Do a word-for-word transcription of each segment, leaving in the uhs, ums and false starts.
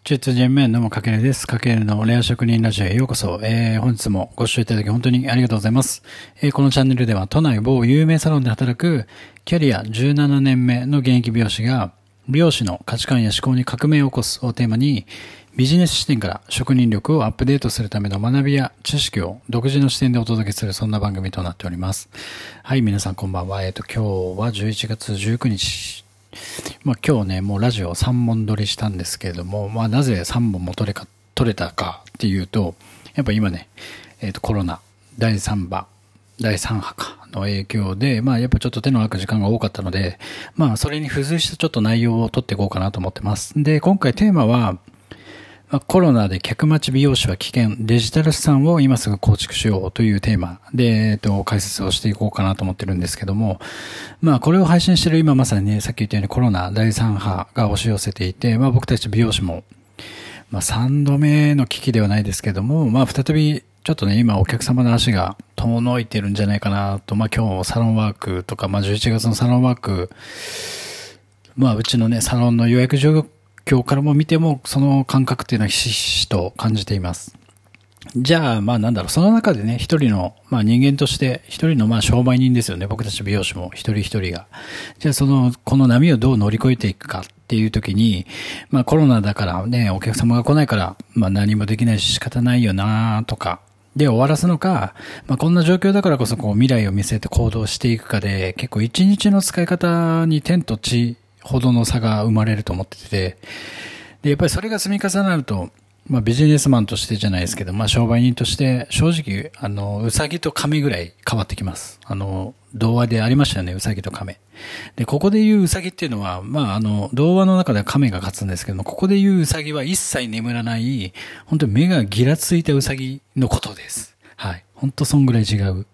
中人面どうもかけるです。かけるのレア職人ラジオへようこそ。えー、本日もご視聴いただき本当にありがとうございます。えー、このチャンネルでは都内某有名サロンで働くキャリアじゅうななねんめの現役美容師が美容師の価値観や思考に革命を起こすをテーマにビジネス視点から職人力をアップデートするための学びや知識を独自の視点でお届けするそんな番組となっております。はい、皆さんこんばんは。えっと、今日はじゅういちがつじゅうくにち。まあ今日ね、もうラジオさんぼん撮りしたんですけれども、まあなぜさんぼんも撮れか、撮れたかっていうと、やっぱ今ね、えっとコロナだいさんば、だいさんはかの影響で、まあやっぱちょっと手の空く時間が多かったので、まあそれに付随したちょっと内容を撮っていこうかなと思ってます。で、今回テーマは、まあ、コロナで客待ち美容師は危険、デジタル資産を今すぐ構築しようというテーマで、えっと、解説をしていこうかなと思ってるんですけども、まあ、これを配信してる今まさにね、さっき言ったようにコロナだいさんはが押し寄せていて、まあ僕たち美容師も、まあさんどめの危機ではないですけども、まあ再び、ちょっとね、今お客様の足が遠のいてるんじゃないかなと、まあ今日サロンワークとか、まあじゅういちがつのサロンワーク、まあうちのね、サロンの予約状況今日からも見てもその感覚っていうのはひしひしと感じています。じゃあまあなんだろう、その中でね一人のまあ人間として一人のまあ商売人ですよね。僕たち美容師も一人一人が。じゃあそのこの波をどう乗り越えていくかっていう時に、まあコロナだからねお客様が来ないからまあ何もできないし仕方ないよなとかで終わらすのか、まあこんな状況だからこそこう未来を見据えて行動していくかで結構一日の使い方に天と地ほどの差が生まれると思ってて、で、やっぱりそれが積み重なると、まあビジネスマンとしてじゃないですけど、まあ商売人として正直、あの、うさぎと亀ぐらい変わってきます。あの、童話でありましたよね、うさぎと亀。で、ここで言ううさぎっていうのは、まああの、童話の中では亀が勝つんですけども、ここで言ううさぎは一切眠らない、本当に目がギラついたうさぎのことです。はい。本当そんぐらい違う。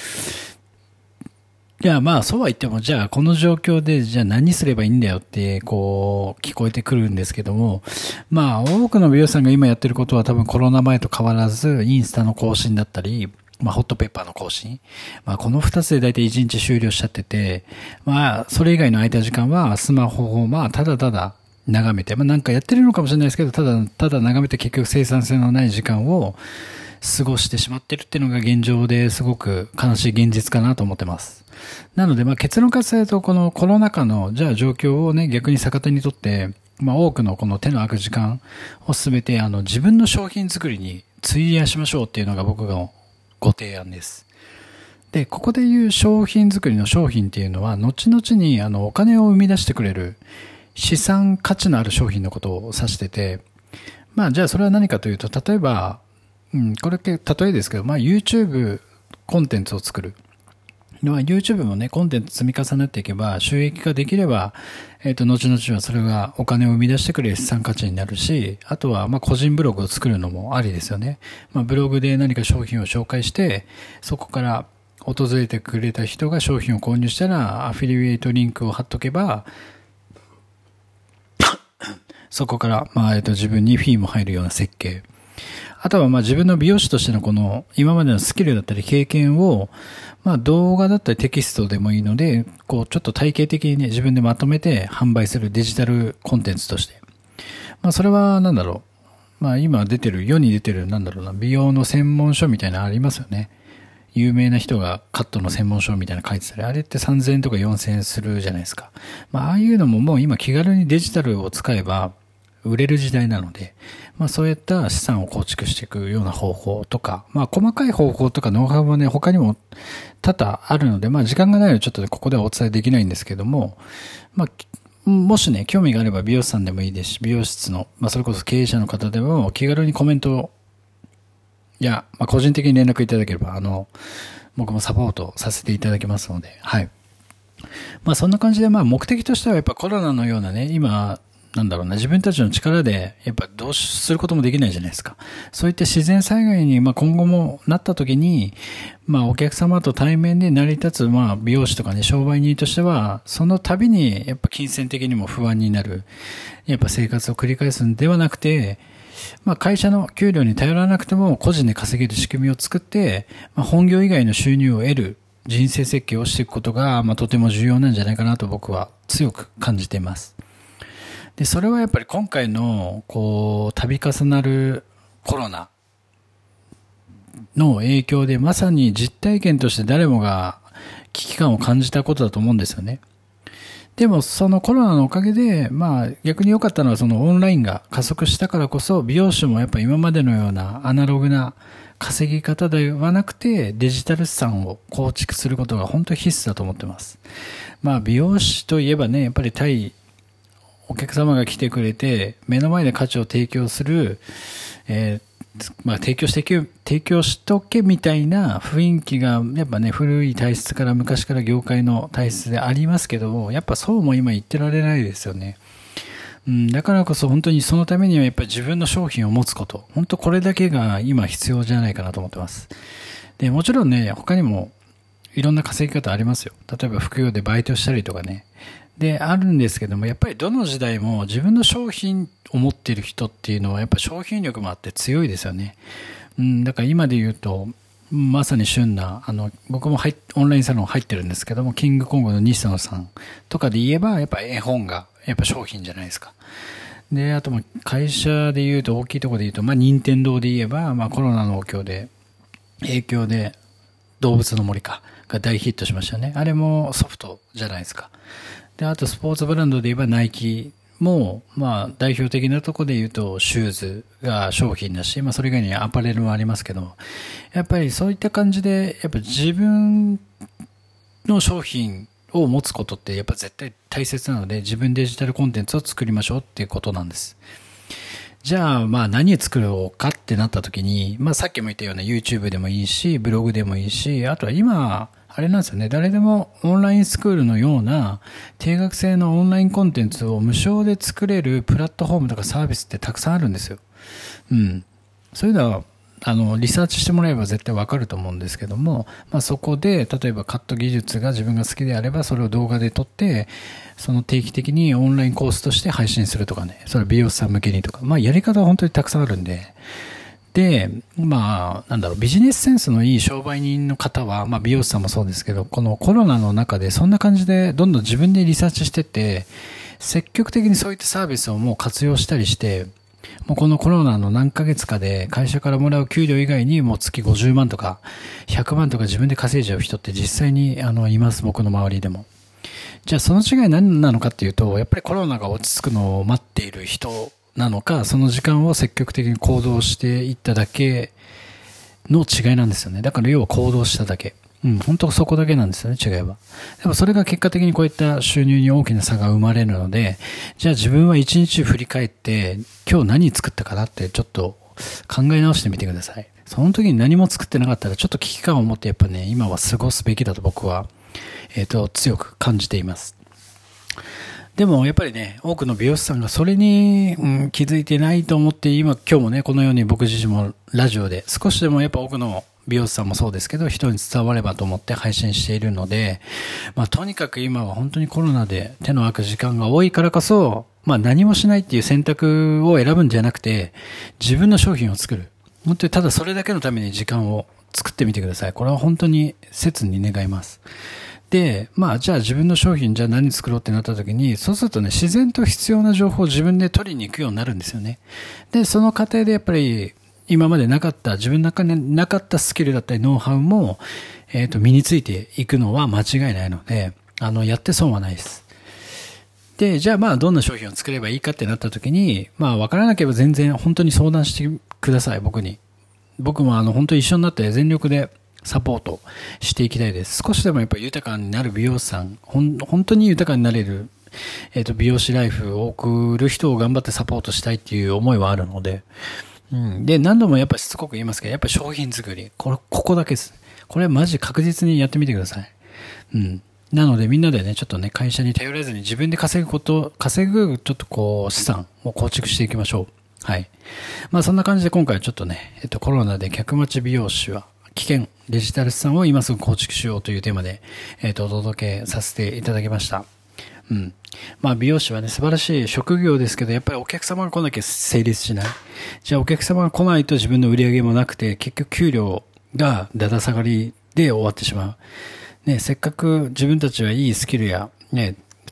いや、まあ、そうは言っても、じゃあ、この状況で、じゃあ何すればいいんだよって、こう、聞こえてくるんですけども、まあ、多くの美容師さんが今やってることは多分コロナ前と変わらず、インスタの更新だったり、まあ、ホットペッパーの更新。まあ、この二つで大体一日終了しちゃってて、まあ、それ以外の空いた時間は、スマホを、まあ、ただただ眺めて、まあ、なんかやってるのかもしれないですけど、ただ、ただ眺めて結局生産性のない時間を過ごしてしまってるっていうのが現状ですごく悲しい現実かなと思ってます。なので、まあ結論からすると、このコロナ禍の、じゃあ状況をね、逆に逆手にとって、まあ多くのこの手の空く時間をすべて、あの、自分の商品作りに費やしましょうっていうのが僕のご提案です。で、ここで言う商品作りの商品っていうのは、後々にあの、お金を生み出してくれる資産価値のある商品のことを指してて、まあじゃあそれは何かというと、例えば、うん、これ例えですけど、まあ YouTube コンテンツを作る。YouTube もね、コンテンツ積み重なっていけば、収益化できれば、えっと、後々はそれがお金を生み出してくれる資産価値になるし、あとは、まあ、個人ブログを作るのもありですよね。まあ、ブログで何か商品を紹介して、そこから訪れてくれた人が商品を購入したら、アフィリエイトリンクを貼っとけば、そこから、まあ、えっと、自分にフィーも入るような設計。あとはまあ自分の美容師としてのこの今までのスキルだったり経験をまあ動画だったりテキストでもいいのでこうちょっと体系的にね自分でまとめて販売するデジタルコンテンツとしてまあそれはなんだろうまあ今出てる世に出てるなんだろうな美容の専門書みたいなのありますよね。有名な人がカットの専門書みたいなの書いてたりあれってさんぜんえんとかよんせんえんするじゃないですか。まあああいうのももう今気軽にデジタルを使えば売れる時代なので、まあそういった資産を構築していくような方法とか、まあ細かい方法とかノウハウはね、他にも多々あるので、まあ時間がないのでちょっとここではお伝えできないんですけども、まあ、もしね、興味があれば美容師さんでもいいですし、美容室の、まあそれこそ経営者の方でも気軽にコメントや、まあ個人的に連絡いただければ、あの、僕もサポートさせていただきますので、はい。まあそんな感じで、まあ目的としてはやっぱコロナのようなね、今、なんだろうな、自分たちの力で、やっぱどうすることもできないじゃないですか。そういった自然災害に、まあ今後もなった時に、まあお客様と対面で成り立つ、まあ美容師とかね、商売人としては、その度に、やっぱ金銭的にも不安になる。やっぱ生活を繰り返すんではなくて、まあ会社の給料に頼らなくても、個人で稼げる仕組みを作って、まあ本業以外の収入を得る人生設計をしていくことが、まあとても重要なんじゃないかなと僕は強く感じています。 で、それはやっぱり今回の、こう、度重なるコロナの影響で、まさに実体験として誰もが危機感を感じたことだと思うんですよね。でも、そのコロナのおかげで、まあ、逆に良かったのは、そのオンラインが加速したからこそ、美容師もやっぱ今までのようなアナログな稼ぎ方ではなくて、デジタル資産を構築することが本当に必須だと思ってます。まあ、美容師といえばね、やっぱり対お客様が来てくれて、目の前で価値を提供する、えーまあ、提供してけ、提供しとけみたいな雰囲気が、やっぱね、古い体質から昔から業界の体質でありますけども、やっぱそうも今言ってられないですよね。うん、だからこそ本当にそのためにはやっぱり自分の商品を持つこと、本当これだけが今必要じゃないかなと思ってます。で、もちろんね、他にもいろんな稼ぎ方ありますよ。例えば副業でバイトしたりとかね。で、あるんですけども、やっぱりどの時代も自分の商品を持っている人っていうのはやっぱ商品力もあって強いですよね。うん、だから今で言うと、まさに旬な、あの、僕も入オンラインサロン入ってるんですけども、キングコングの西野さんとかで言えば、やっぱ絵本が、やっぱ商品じゃないですか。で、あとも会社で言うと、大きいところで言うと、まあ、任天堂で言えば、まあ、コロナの影響で、影響で、動物の森か、が大ヒットしましたね。あれもソフトじゃないですか。で、あとスポーツブランドで言えばナイキも、まあ代表的なところで言うとシューズが商品だし、まあそれ以外にアパレルもありますけど、やっぱりそういった感じで、やっぱ自分の商品を持つことってやっぱ絶対大切なので、自分デジタルコンテンツを作りましょうっていうことなんです。じゃあ、まあ何を作ろうかってなった時に、まあさっきも言ったような YouTube でもいいし、ブログでもいいし、あとは今、あれなんですよね。誰でもオンラインスクールのような定額制のオンラインコンテンツを無償で作れるプラットフォームとかサービスってたくさんあるんですよ。うん。そういうのは、あの、リサーチしてもらえば絶対わかると思うんですけども、まあそこで、例えばカット技術が自分が好きであれば、それを動画で撮って、その定期的にオンラインコースとして配信するとかね、それ美容師さん向けにとか、まあやり方は本当にたくさんあるんで、で、まあ、なんだろう、ビジネスセンスのいい商売人の方は、まあ美容師さんもそうですけど、このコロナの中でそんな感じでどんどん自分でリサーチしてって、積極的にそういったサービスをもう活用したりして、もうこのコロナの何ヶ月かで会社からもらう給料以外にもう月ごじゅうまんとかひゃくまんとか自分で稼いじゃう人って実際にあのいます、僕の周りでも。じゃあその違い何なのかっていうと、やっぱりコロナが落ち着くのを待っている人なのか、その時間を積極的に行動していっただけの違いなんですよね。だから要は行動しただけ。うん、本当そこだけなんですよね、違いは。でもそれが結果的にこういった収入に大きな差が生まれるので、じゃあ自分は一日振り返って、今日何作ったかなってちょっと考え直してみてください。その時に何も作ってなかったらちょっと危機感を持ってやっぱね、今は過ごすべきだと僕は、えっと、強く感じています。でもやっぱりね、多くの美容師さんがそれに、うん、気づいてないと思って今、今日もね、このように僕自身もラジオで少しでもやっぱ多くの美容師さんもそうですけど、人に伝わればと思って配信しているので、まあとにかく今は本当にコロナで手の空く時間が多いからこそ、まあ何もしないっていう選択を選ぶんじゃなくて、自分の商品を作る。本当にただそれだけのために時間を作ってみてください。これは本当に切に願います。で、まあじゃあ自分の商品じゃあ何作ろうってなった時に、そうするとね、自然と必要な情報を自分で取りに行くようになるんですよね。で、その過程でやっぱり今までなかった、自分の中になかったスキルだったりノウハウも、えっと、身についていくのは間違いないので、あの、やって損はないです。で、じゃあまあどんな商品を作ればいいかってなった時に、まあわからなければ全然本当に相談してください、僕に。僕もあの本当に一緒になって全力でサポートしていきたいです。少しでもやっぱり豊かになる美容師さん、ほん本当に豊かになれる、えっと、美容師ライフを送る人を頑張ってサポートしたいっていう思いはあるので、うん。で、何度もやっぱしつこく言いますけど、やっぱ商品作り。これ、ここだけです。これマジ確実にやってみてください。うん。なのでみんなでね、ちょっとね、会社に頼らずに自分で稼ぐこと、稼ぐちょっとこう、資産を構築していきましょう。はい。まあそんな感じで今回はちょっとね、えっとコロナで客待ち美容師は危険、デジタル資産を今すぐ構築しようというテーマで、えっと、お届けさせていただきました。うん。まあ美容師はね、素晴らしい職業ですけど、やっぱりお客様が来なきゃ成立しない。じゃあお客様が来ないと自分の売り上げもなくて、結局給料がだだ下がりで終わってしまう。ね、せっかく自分たちはいいスキルや、ね、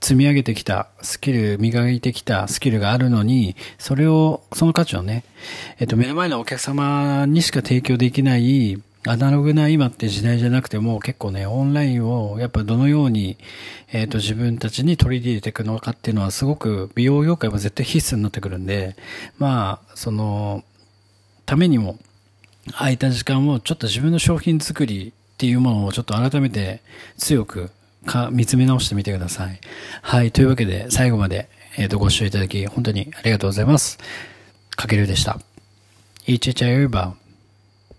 積み上げてきたスキル、磨いてきたスキルがあるのに、それを、その価値をね、えっと、目の前のお客様にしか提供できない、アナログな今って時代じゃなくても結構ね、オンラインをやっぱどのように、えっと、自分たちに取り入れていくのかっていうのはすごく美容業界も絶対必須になってくるんで、まあ、その、ためにも空いた時間をちょっと自分の商品作りっていうものをちょっと改めて強くか見つめ直してみてください。はい。というわけで最後まで、えっと、ご視聴いただき本当にありがとうございます。かけるでした。いちいちあゆば。